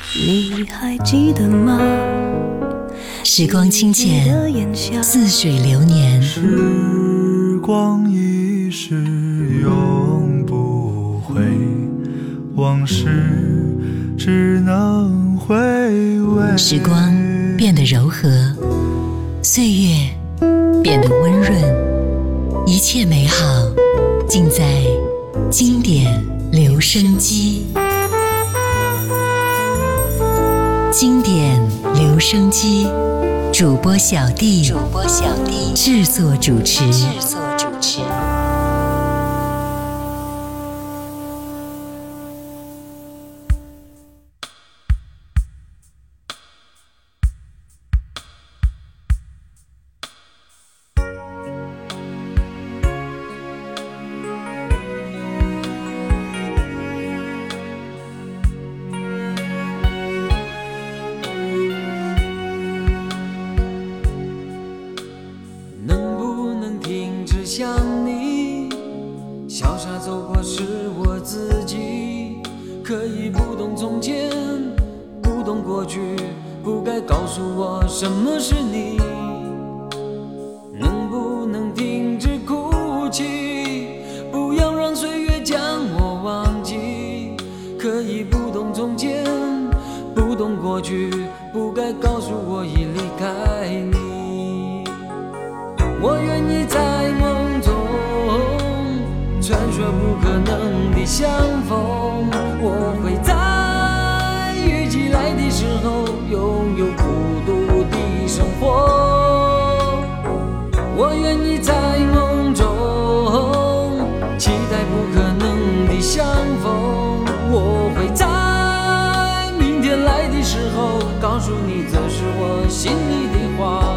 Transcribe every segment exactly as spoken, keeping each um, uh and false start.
你还记得吗？ 时光清浅，似水流年。 时光一逝永不回，往事只能回味。 时光变得柔和，岁月变得温润，一切美好尽在经典留声机。经典留声机，主播小弟，主播小弟制作主持，制作主持。 想你，潇洒走过是我自己，可以不懂从前，不懂过去，不该告诉我什么是你。能不能停止哭泣，不要让岁月将我忘记，可以不懂从前，不懂过去，不该告诉我已离开你。我愿意在梦中传说不可能的相逢，我会在雨季来的时候拥有孤独的生活。我愿意在梦中期待不可能的相逢，我会在明天来的时候告诉你这是我心里的话。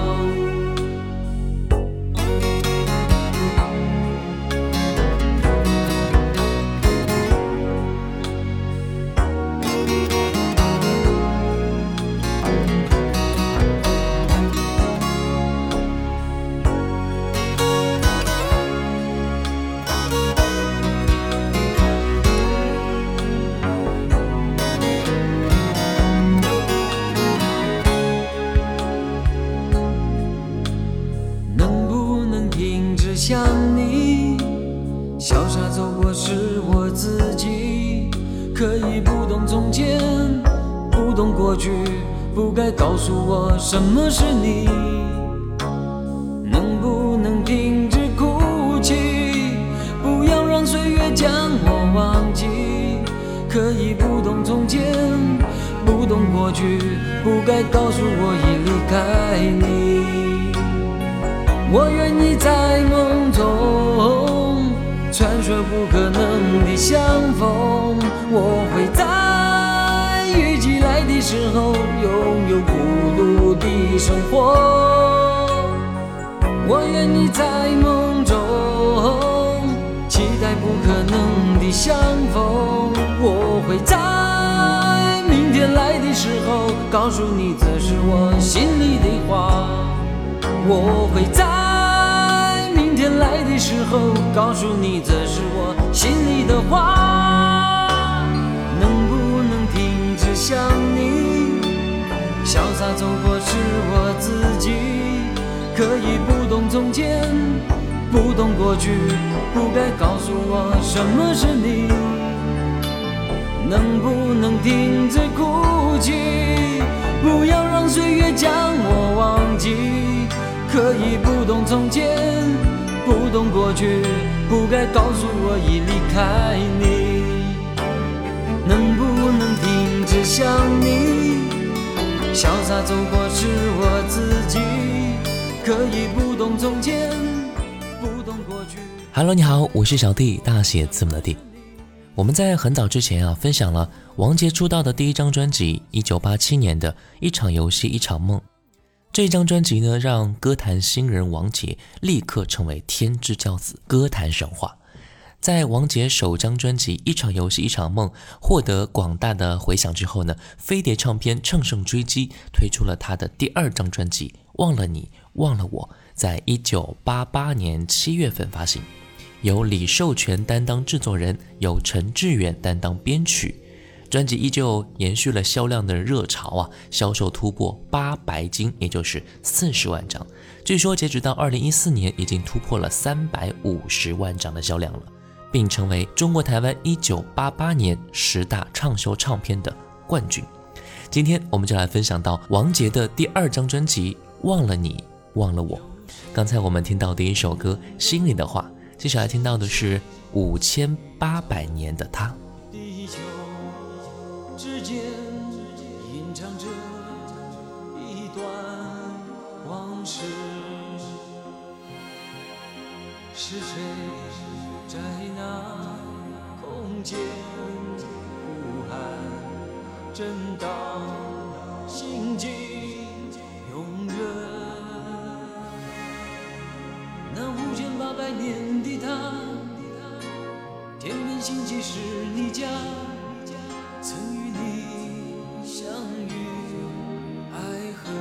想你，潇洒走过是我自己，可以不懂从前，不懂过去，不该告诉我什么是你。能不能停止哭泣，不要让岁月将我忘记，可以不懂从前，不懂过去，不该告诉我已离开你。我愿意在梦中传说不可能的相逢，我会在雨季来的时候拥有孤独的生活。我愿意在梦中期待不可能的相逢，我会在明天来的时候告诉你这是我心里的话。我会在明天来的时候告诉你这是我心里的话。能不能停止想你，潇洒走过是我自己，可以不懂从前，不懂过去，不该告诉我什么是你。能不能停止哭泣，不要让岁月将我忘记，可以不懂从前，不懂过去，不该告诉我已离开你。能不能停止想你，潇洒走过是我自己，可以不懂从前，不懂过去。 Hello， 你好，我是小弟，大写字母的弟。我们在很早之前啊，分享了王杰出道的第一张专辑一九八七年的一场游戏一场梦。这张专辑呢，让歌坛新人王杰立刻成为天之骄子，歌坛神话。在王杰首张专辑一场游戏一场梦获得广大的回响之后呢，飞碟唱片乘胜追击，推出了他的第二张专辑忘了你忘了我，在一九八八年七月份发行，由李寿全担当制作人，由陈志远担当编曲。 专辑依旧延续了销量的热潮啊，销售突破八白金，也就是四十万张。据说截止到二零一四年，已经突破了三百五十万张的销量了，并成为中国台湾一九八八年十大畅销唱片的冠军。今天我们就来分享到王杰的第二张专辑《忘了你忘了我》。刚才我们听到的一首歌《心里的话》，接下来听到的是五千八百年的他。 地球之间吟唱着一段往事，是谁在那空间呼喊，震荡心境永远。那五千八百年的他，天边星际是你家，曾与你相遇爱河。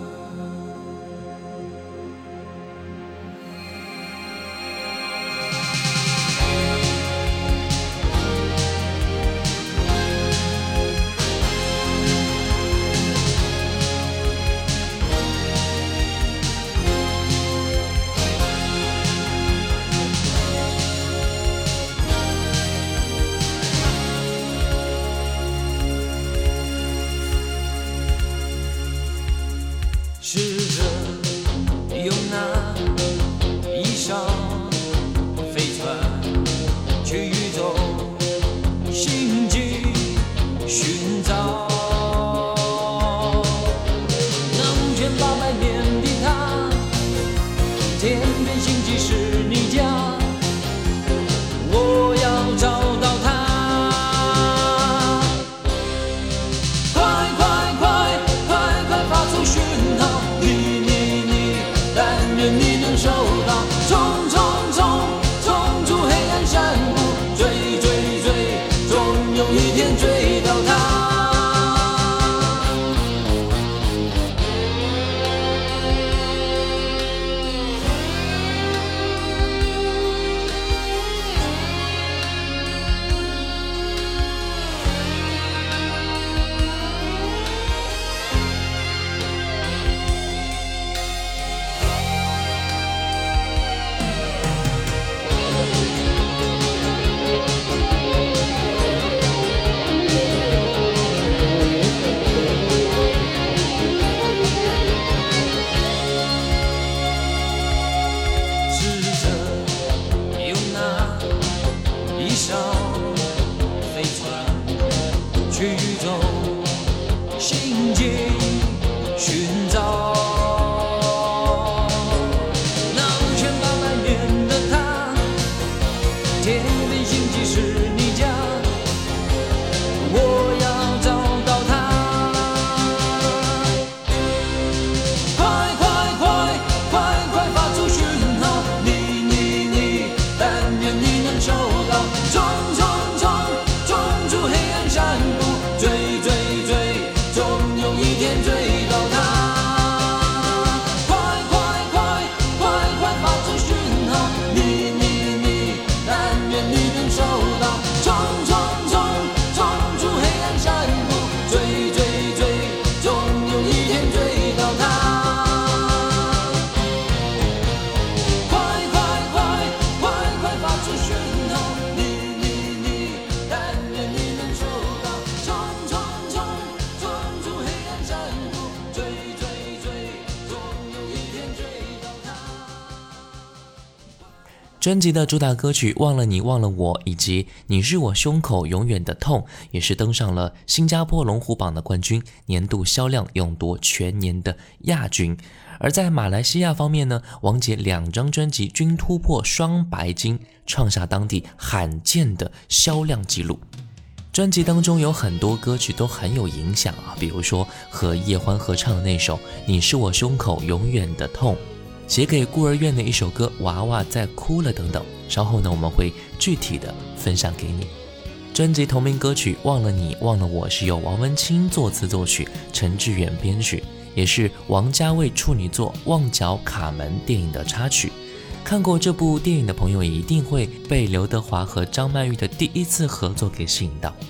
专辑的主打歌曲《忘了你忘了我》以及《你是我胸口永远的痛》也是登上了新加坡龙虎榜的冠军，年度销量勇夺全年的亚军。而在马来西亚方面呢，王杰两张专辑均突破双白金，创下当地罕见的销量纪录。专辑当中有很多歌曲都很有影响啊，比如说和叶欢合唱的那首《你是我胸口永远的痛》，写给孤儿院的一首歌《娃娃在哭了》等等，稍后呢我们会具体的分享给你。专辑同名歌曲《忘了你忘了我》是由王文清作词作曲，陈志远编曲，也是王家卫处女作《旺角卡门》电影的插曲。看过这部电影的朋友也一定会被刘德华和张曼玉的第一次合作给吸引到。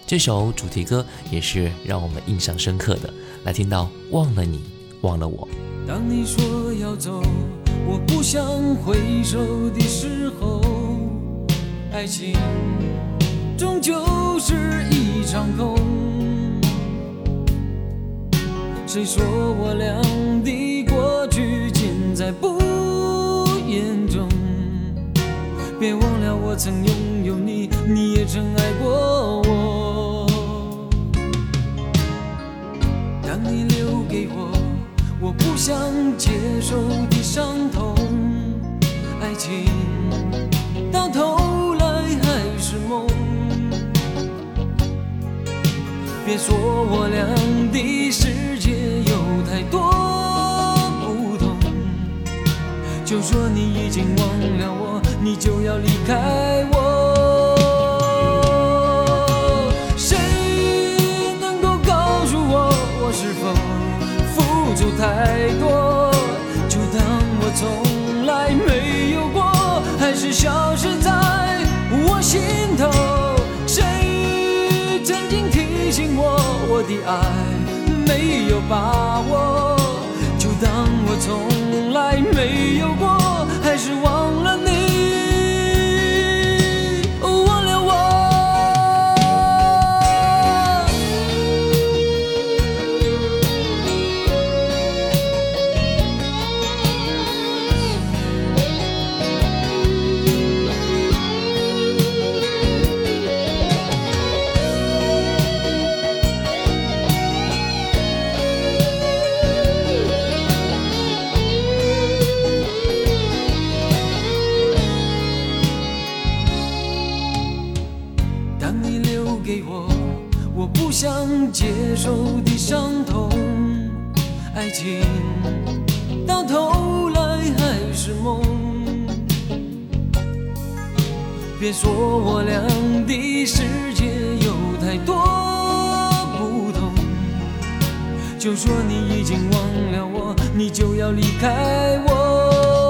这首主题歌也是让我们印象深刻的。来听到忘了你忘了我。 当你说要走，我不想回首的时候，爱情终究是一场空。谁说我俩的过去尽在不言中？别忘了我曾拥有你，你也曾爱过我。当你留给我我不想接受的伤痛，爱情到头来还是梦。别说我俩的世界有太多不同，就说你已经忘了我，你就要离开我。谁能够告诉我，我是否付出太多，就当我从来没有过，还是消失在我心头。谁曾经提醒我，我的爱没有把握，就当我从来没有过，还是忘了你，忘了我。不想接受的伤痛，爱情到头来还是梦。别说我俩的世界有太多不同，就说你已经忘了我，你就要离开我。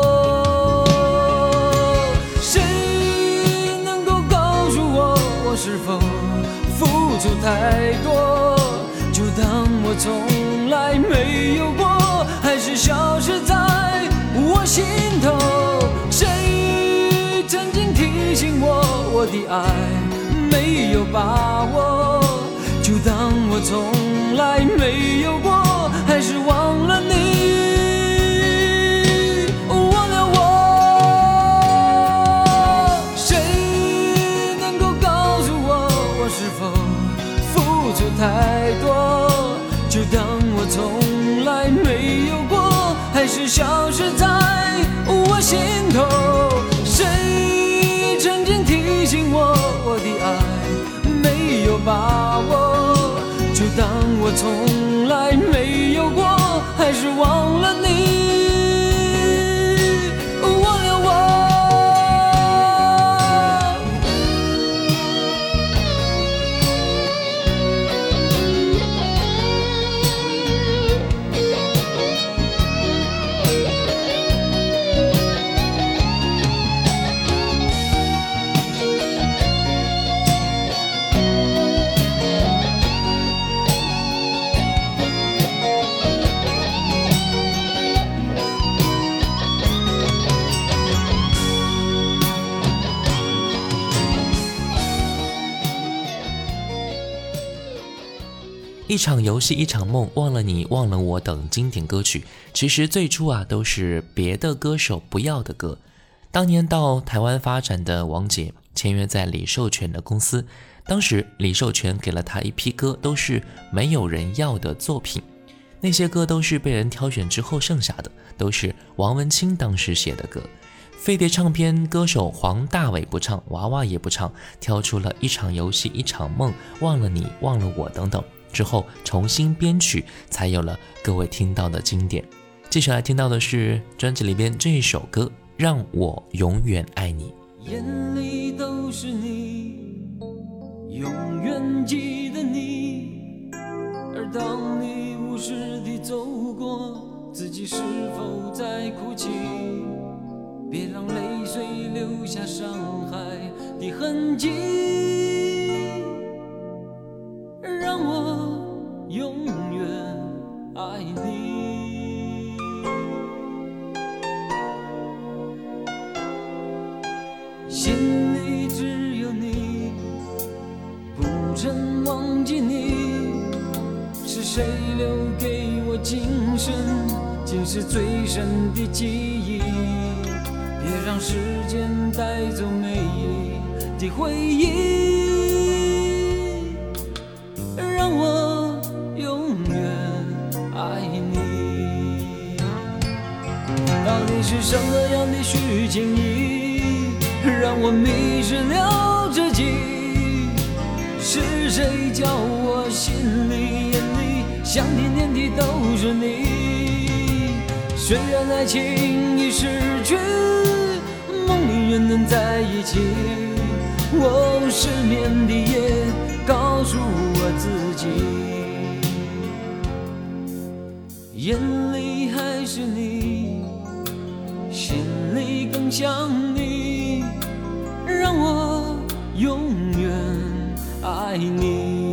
谁能够告诉我，我是否付出太多，就当我从来没有过，还是消失在我心头。谁曾经提醒我，我的爱没有把握，就当我从来没有过，还是忘了你，忘了我。谁能够告诉我，我是否付出太多，就当我从来没有过，还是消失在我心头。谁曾经提醒我，我的爱没有把握，就当我从来没有过，还是忘了你，忘了我。 一场游戏一场梦，忘了你忘了我等经典歌曲，其实最初啊都是别的歌手不要的歌。当年到台湾发展的王杰签约在李寿全的公司，当时李寿全给了他一批歌，都是没有人要的作品，那些歌都是被人挑选之后剩下的，都是王文清当时写的歌。飞碟唱片歌手黄大炜不唱，娃娃也不唱，挑出了一场游戏一场梦，忘了你忘了我等等，之后重新编曲，才有了各位听到的经典。接下来听到的是专辑里边这一首歌，让我永远爱你。 眼里都是你，永远记得你，而当你无视地走过，自己是否在哭泣？别让泪水留下伤害的痕迹， 心里只有你，不曾忘记你，是谁留给我今生竟是最深的记忆。别让时间带走美丽的回忆，让我永远爱你。到底是什么样的虚情意，让我迷失了自己？是谁叫我心里眼里想念念的都是你？虽然爱情已逝去，梦里仍能在一起。我失眠的夜告诉我自己，眼里还是你，心里更想你，让我永远爱你。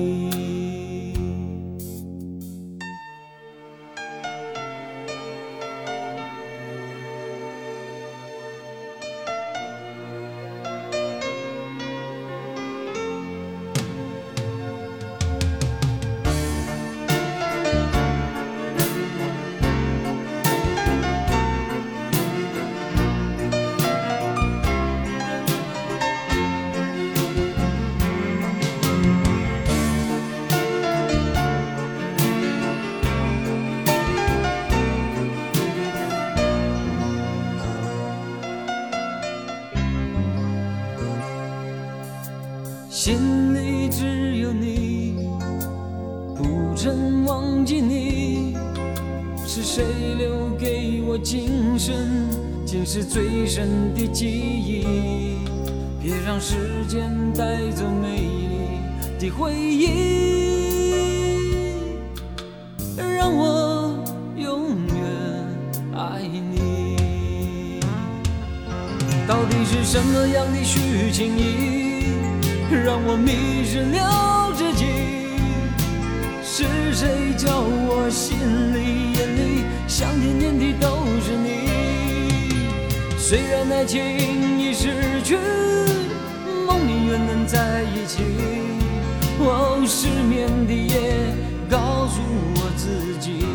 心里只有你，不曾忘记你，是谁留给我今生竟是最深的记忆。别让时间带走美丽的回忆，让我永远爱你。到底是什么样的虚情意，让我迷失了自己？是谁叫我心里眼里想念念的都是你？虽然爱情已逝去，梦里仍能在一起。哦，失眠的夜告诉我自己，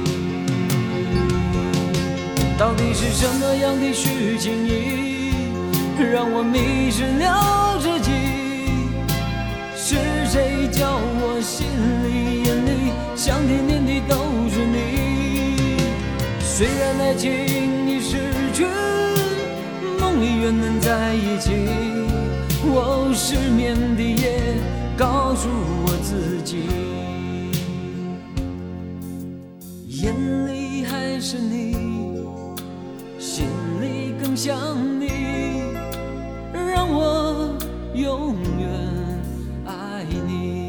到底是什么样的虚情意，让我迷失了自己？是谁叫我心里眼里想念念的都是你？虽然爱情已逝去，梦里仍能在一起。哦，失眠的夜告诉我自己，眼里还是你，心里更想你，让我永远爱你。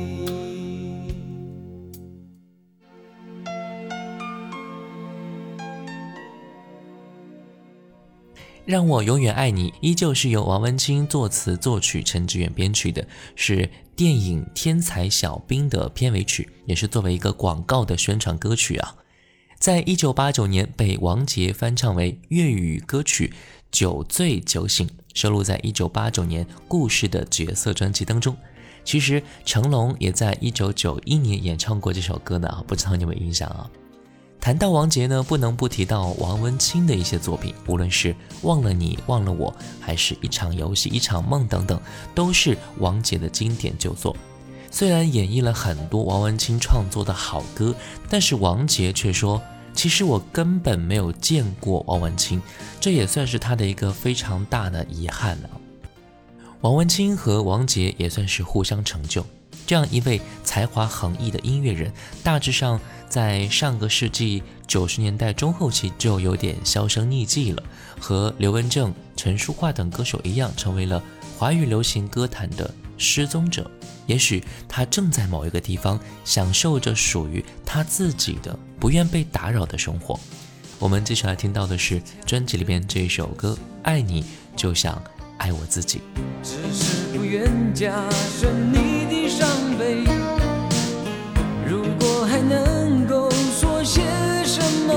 让我永远爱你依旧是由王文清作词作曲，陈志远编曲的，是电影《天才小兵》的片尾曲，也是作为一个广告的宣传歌曲啊。在一九八九年被王杰翻唱为粤语歌曲《酒醉酒醒》，收录在一九八九年《故事的角色》专辑当中。其实成龙也在一九九一年演唱过这首歌呢，不知道你有没有印象啊？谈到王杰呢，不能不提到王文清的一些作品，无论是忘了你忘了我，还是一场游戏一场梦等等，都是王杰的经典旧作。虽然演绎了很多王文清创作的好歌，但是王杰却说，其实我根本没有见过王文清，这也算是他的一个非常大的遗憾了。王文清和王杰也算是互相成就，这样一位才华横溢的音乐人，大致上在上个世纪九十年代中后期就有点销声匿迹了，和刘文正、陈淑桦等歌手一样，成为了华语流行歌坛的失踪者。也许他正在某一个地方享受着属于他自己的不愿被打扰的生活。我们接下来听到的是专辑里边这一首歌《爱你就像爱我自己》。 只是不愿加深你的伤悲，如果还能够说些什么，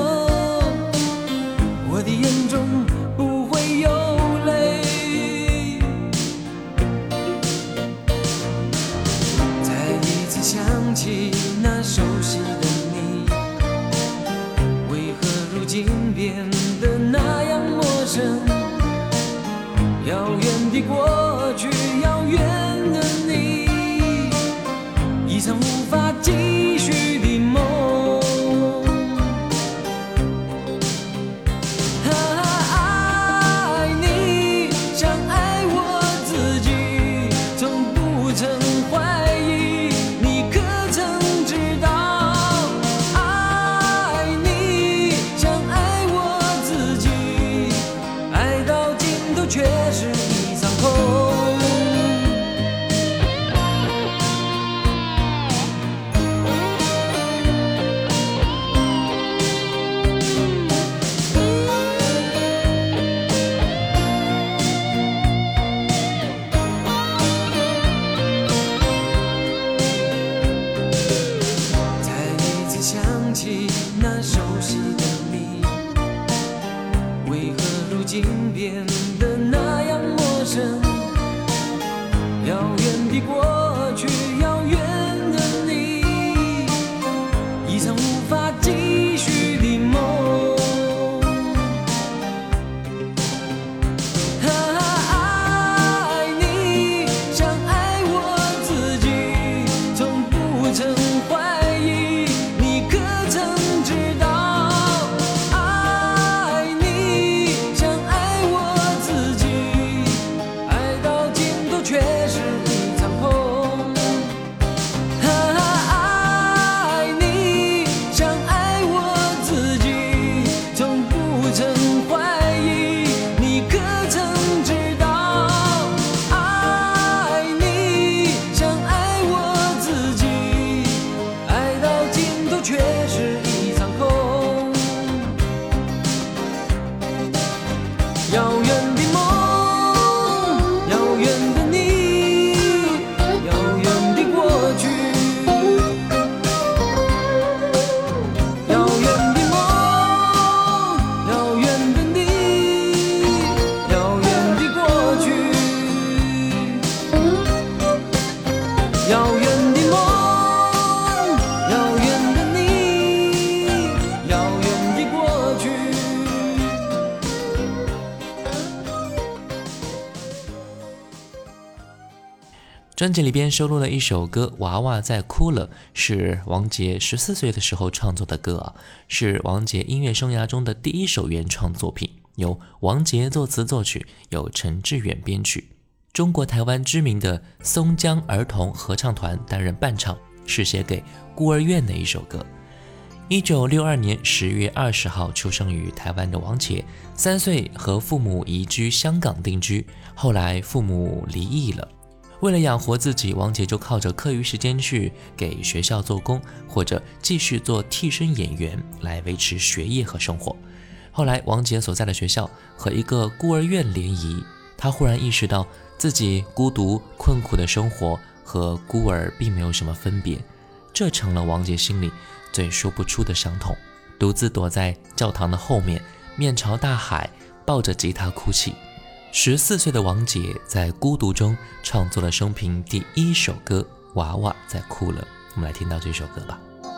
我的眼中不会有泪。 专辑里边收录了一首歌《娃娃在哭了》，是王杰十四岁的时候创作的歌啊，是王杰音乐生涯中的第一首原创作品，由王杰作词作曲，由陈志远编曲，中国台湾知名的松江儿童合唱团担任伴唱，是写给孤儿院的一首歌。一九六二年十月二十号出生于台湾的王杰，三岁和父母移居香港定居，后来父母离异了。为了养活自己，王杰就靠着课余时间去给学校做工，或者继续做替身演员来维持学业和生活。后来王杰所在的学校和一个孤儿院联谊，他忽然意识到自己孤独困苦的生活和孤儿并没有什么分别，这成了王杰心里最说不出的伤痛，独自躲在教堂的后面，面朝大海，抱着吉他哭泣。十四岁的王杰在孤独中创作了生平第一首歌《娃娃在哭了》，我们来听到这首歌吧。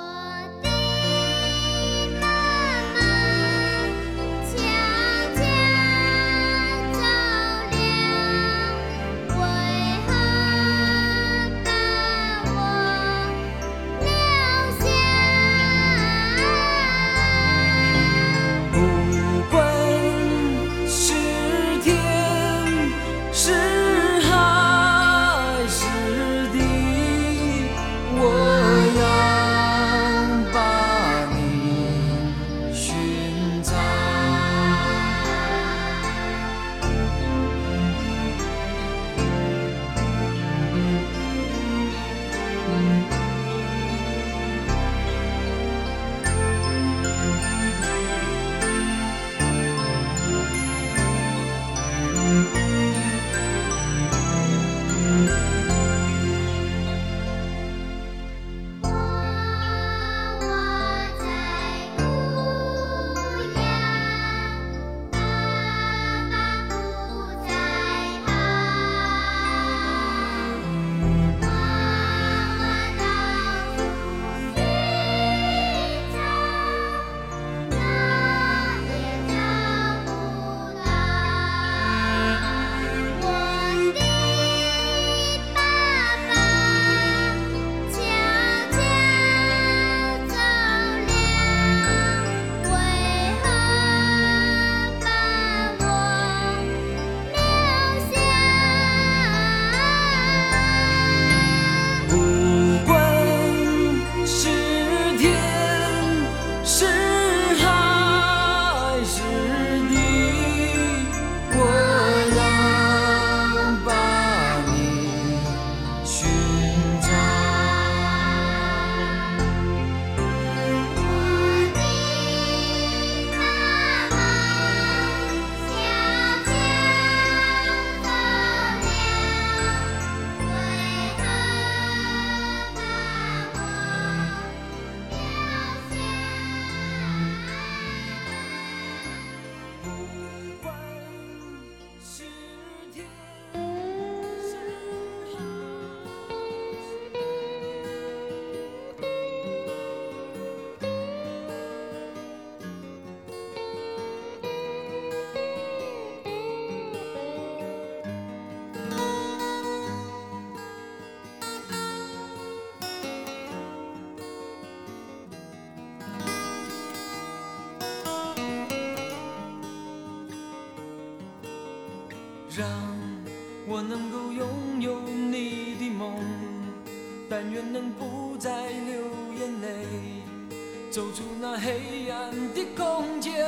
让我能够拥有你的梦，但愿能不再流眼泪，走出那黑暗的空间，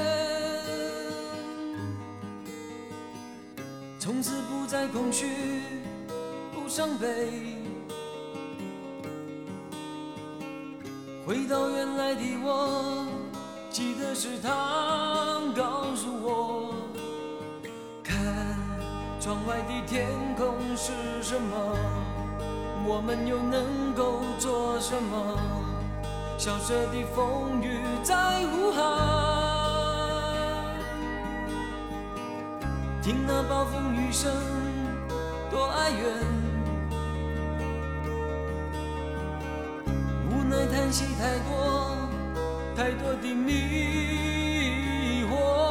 从此不再空虚，不伤悲，回到原来的我，记得是他告诉我，看窗外的天空是什么，我们又能够做什么？萧瑟的风雨在呼喊，听那暴风雨声多哀怨，无奈叹息太多，太多的迷惑。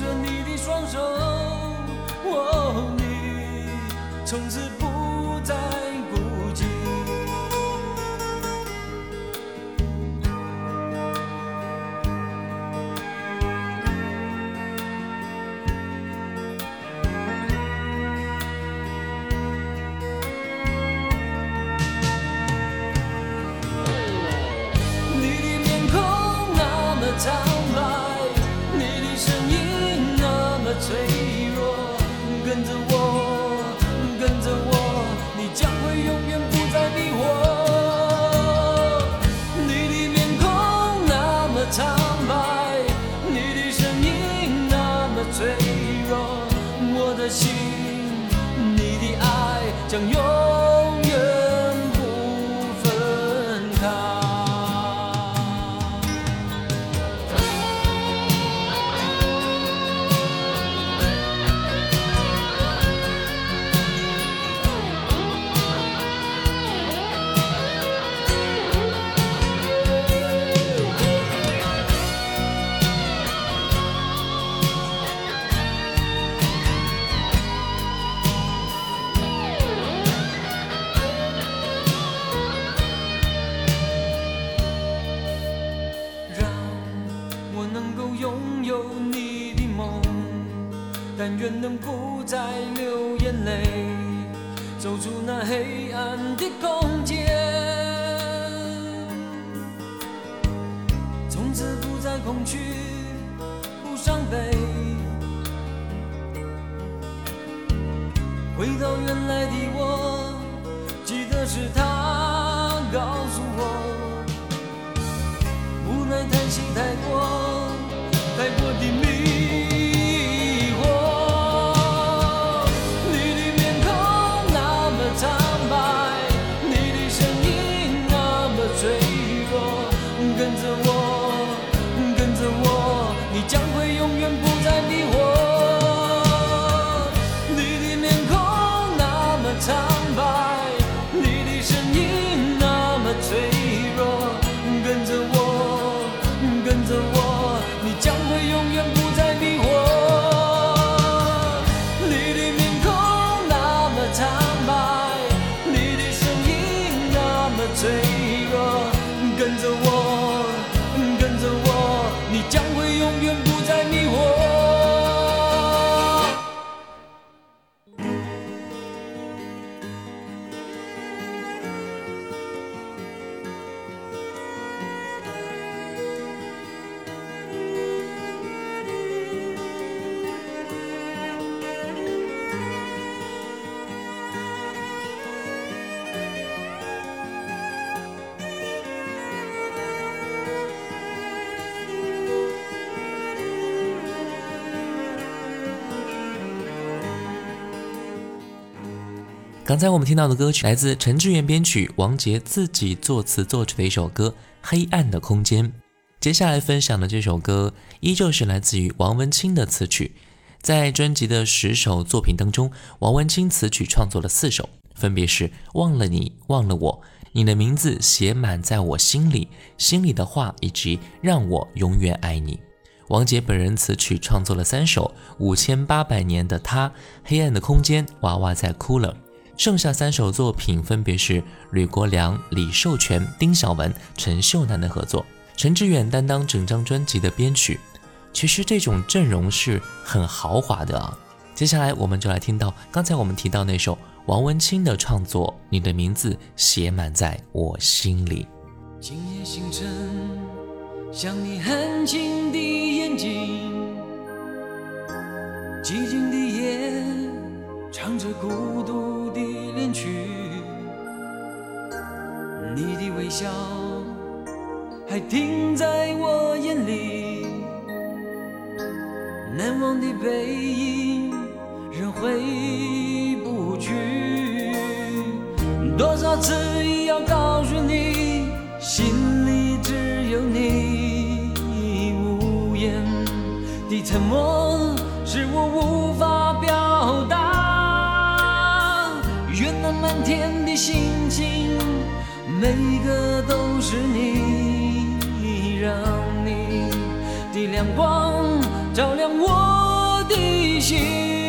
着你的双手，哦，你从此不再孤寂。苍白，你的声音那么脆弱，跟着我，跟着我，你将会永远不再迷惑。你的面孔那么苍白，你的声音那么脆弱，我的心，你的爱将永远不分开。但愿能不再流眼泪，走出那黑暗的空间，从此不再恐惧，不伤悲，回到原来的我，记得是他告诉我，无奈叹息太过，太过的迷。将会永远不再迷惑，你的面孔那么苍白，你的声音那么脆弱，跟着我，跟着我，你将会永远不再迷惑。你的面孔那么苍白，你的声音那么脆弱，跟着我，跟着我，你将会永远不再迷惑。 刚才我们听到的歌曲来自陈志远编曲，王杰自己作词作曲的一首歌《黑暗的空间》。接下来分享的这首歌依旧是来自于王文清的词曲，在专辑的十首作品当中，王文清词曲创作了四首，分别是忘了你，忘了我，你的名字写满在我心里，心里的话，以及让我永远爱你。王杰本人词曲创作了三首，五千八百年的他，黑暗的空间，娃娃在哭了。剩下三首作品分别是吕国良、李寿全、丁晓文、陈秀楠的合作，陈志远担当整张专辑的编曲。其实这种阵容是很豪华的啊。接下来我们就来听到刚才我们提到那首王文清的创作《你的名字写满在我心里》。 今夜星辰像你含情的眼睛，寂静的夜唱着孤独的恋曲，你的微笑还停在我眼里，难忘的背影仍回不去，多少次也要告诉你，心里只有你，无言的沉默是我无法表达，愿那满天的星星每个都是你，让你的亮光照亮我的心。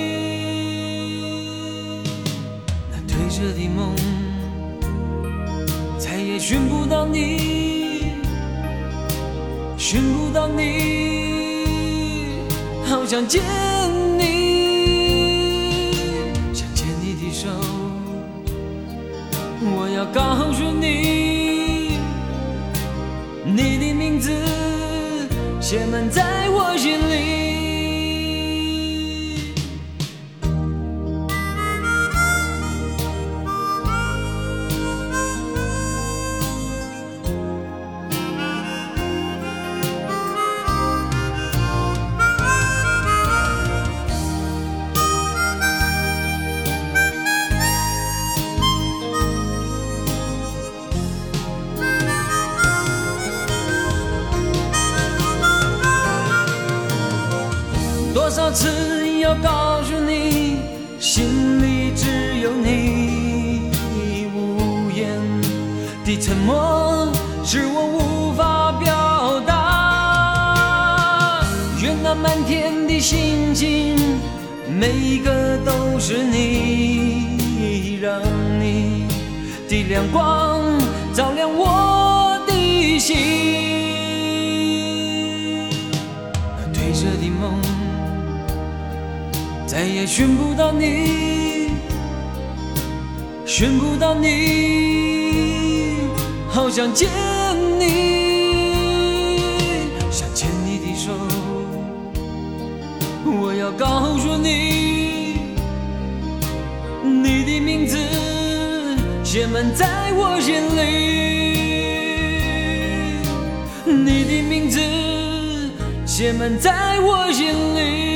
那褪色的梦，再也寻不到你，寻不到你，好想见你，想牵你的手，我要告诉你，你的名字写满在我心里。多少次要告诉你，心里只有你，无言的沉默是我无法表达。愿那满天的星星，每一个都是你，让你的亮光照亮我的心。褪色的梦，再也寻不到你，寻不到你，好想见你，想牵你的手，我要告诉你，你的名字写满在我心里，你的名字写满在我心里。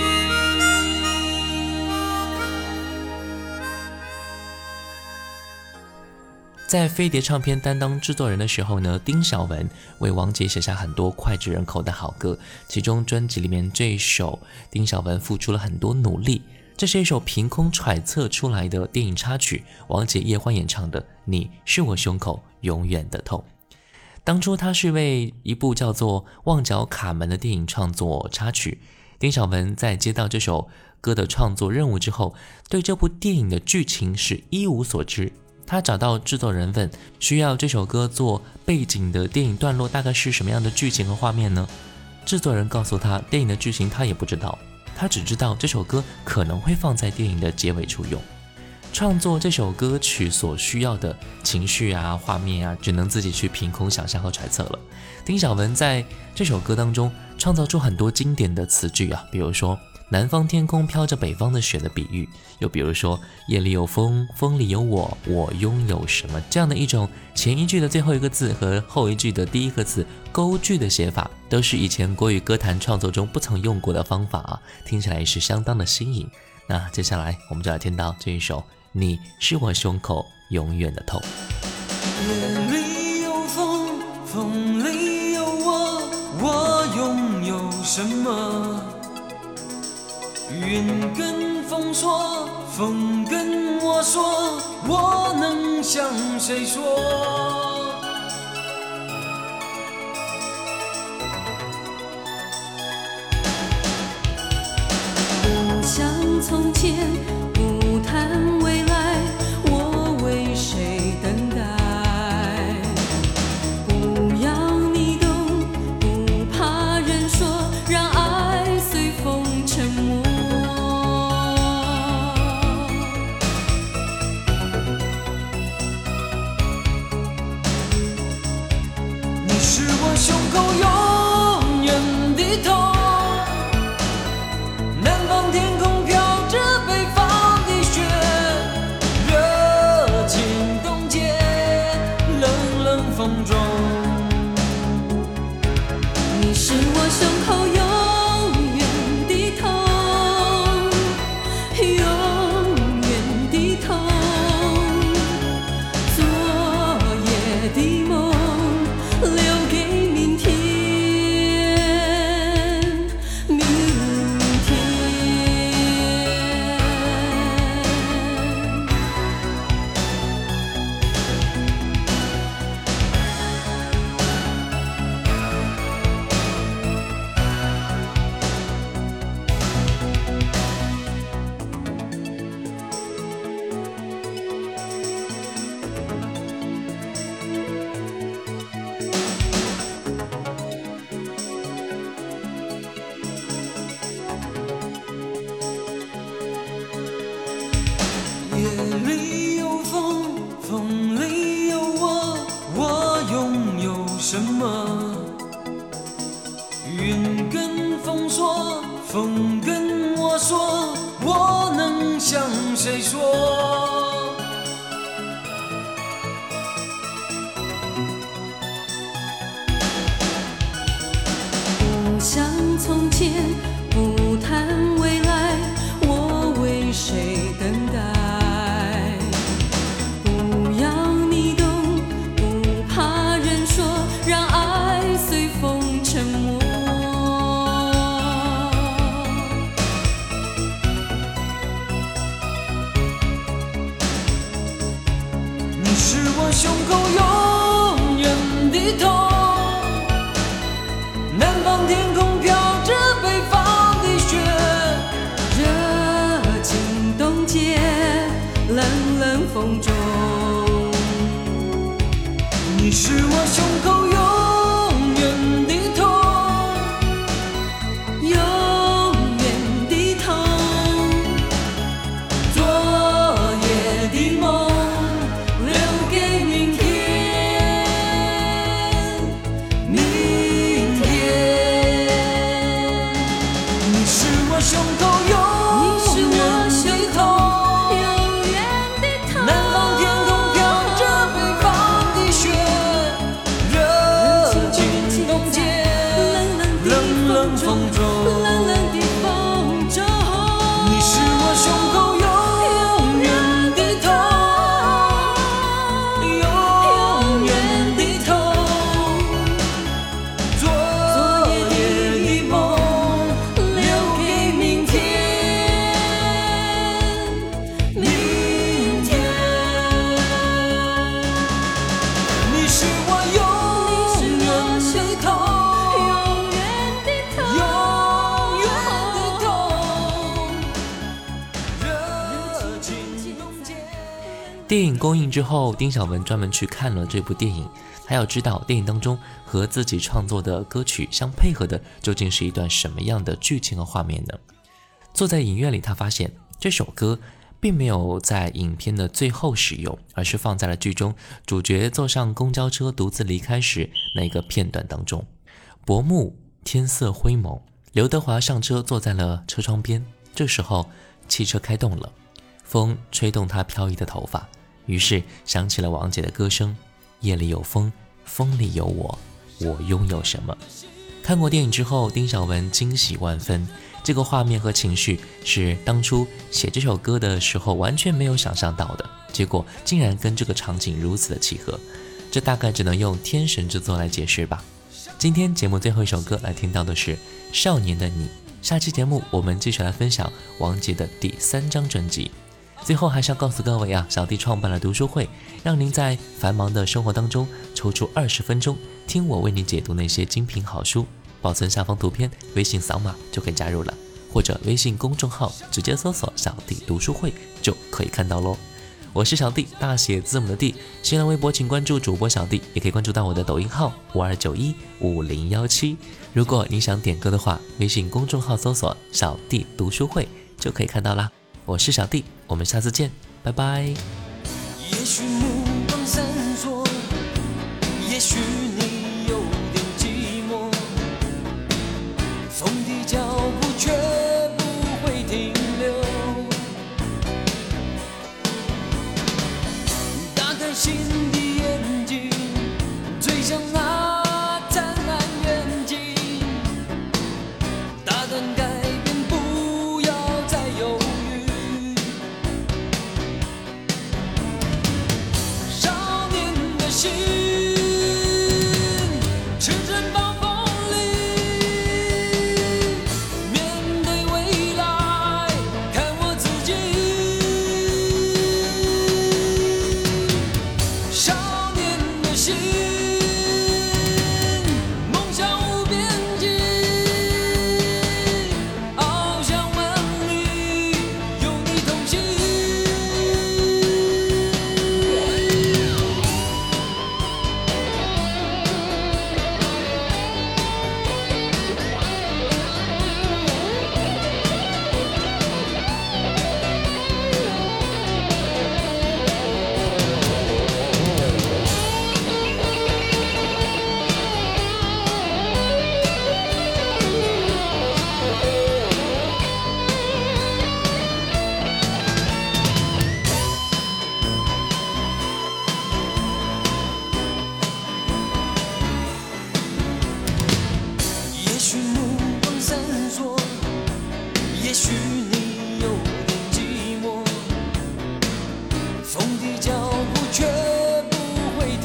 在飞碟唱片担当制作人的时候呢，丁晓文为王杰写下很多脍炙人口的好歌，其中专辑里面这一首丁晓文付出了很多努力，这是一首凭空揣测出来的电影插曲，王杰叶欢演唱的《你是我胸口永远的痛》。当初他是为一部叫做《旺角卡门》的电影创作插曲，丁晓文在接到这首歌的创作任务之后，对这部电影的剧情是一无所知。他找到制作人问，需要这首歌做背景的电影段落大概是什么样的剧情和画面呢？制作人告诉他，电影的剧情他也不知道，他只知道这首歌可能会放在电影的结尾处用。创作这首歌曲所需要的情绪啊、画面啊，只能自己去凭空想象和揣测了。丁晓文在这首歌当中创造出很多经典的词句啊，比如说南方天空飘着北方的雪的比喻，又比如说夜里有风，风里有我，我拥有什么，这样的一种前一句的最后一个字和后一句的第一个字勾句的写法，都是以前国语歌坛创作中不曾用过的方法啊，听起来是相当的新颖。那接下来我们就来听到这一首《你是我胸口永远的痛》。 夜里有风，风里有我，我拥有什么？云跟风说，风跟我说，我能向谁说？ 不像从前，不谈未来，我为谁等待？不要你懂，不怕人说，让爱随风沉没。 你是我胸口永远的痛，南方天空飘着北方的雪，热情冻结冷冷风中。 你是我胸口永远的痛，永远的痛，昨夜的梦留给明天，明天。 像从前，不谈未来，我为谁等待？不要你懂，不怕人说，让爱随风沉没。 你是我胸口永远的痛，南方天空飘着北方的雪， 热情冻结冷冷风中。 你是我胸口永远的痛， 永远的痛， 昨夜的梦留给明天，明天。你是我胸口永远的痛， 永远的痛， 南方天空飘着北方的雪，热情冻结冷冷风中。 冷冷的风中。 你是我胸口永远的痛，永远的痛，昨夜的梦留给明天，明天。你是我永远的痛， 永远的痛， 永远的痛，热情冻结。 电影公映之后，丁晓文专门去看了这部电影，他要知道电影当中和自己创作的歌曲相配合的究竟是一段什么样的剧情和画面呢？坐在影院里，他发现这首歌并没有在影片的最后使用，而是放在了剧中主角坐上公交车独自离开时那个片段当中。薄暮，天色灰蒙，刘德华上车坐在了车窗边，这时候汽车开动了，风吹动他飘逸的头发，于是想起了王杰的歌声：夜里有风，风里有我，我拥有什么？看过电影之后，丁晓文惊喜万分，这个画面和情绪是当初写这首歌的时候完全没有想象到的，结果竟然跟这个场景如此的契合，这大概只能用天神之作来解释吧。今天节目最后一首歌来听到的是《少年的你》，下期节目我们继续来分享王杰的第三张专辑。最后还是要告诉各位啊，小弟创办了读书会，让您在繁忙的生活当中抽出二十分钟，听我为你解读那些精品好书。保存下方图片，微信扫码就可以加入了，或者微信公众号直接搜索小弟读书会就可以看到咯。我是小弟，大写字母的弟。新浪微博请关注主播小弟，也可以关注到我的抖音号五二九一五零一七。如果你想点歌的话，微信公众号搜索小弟读书会就可以看到啦。我是小弟，我们下次见，拜拜。 也许目光闪烁，也许你有点寂寞，风的脚步却不会停留。打开心的眼睛，追向那灿烂远景，大胆改变，不要再犹豫。少年的心，驰骋暴风里，面对未来，看我自己。少年的心，梦想无边际，翱翔万里，有你同行。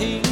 听。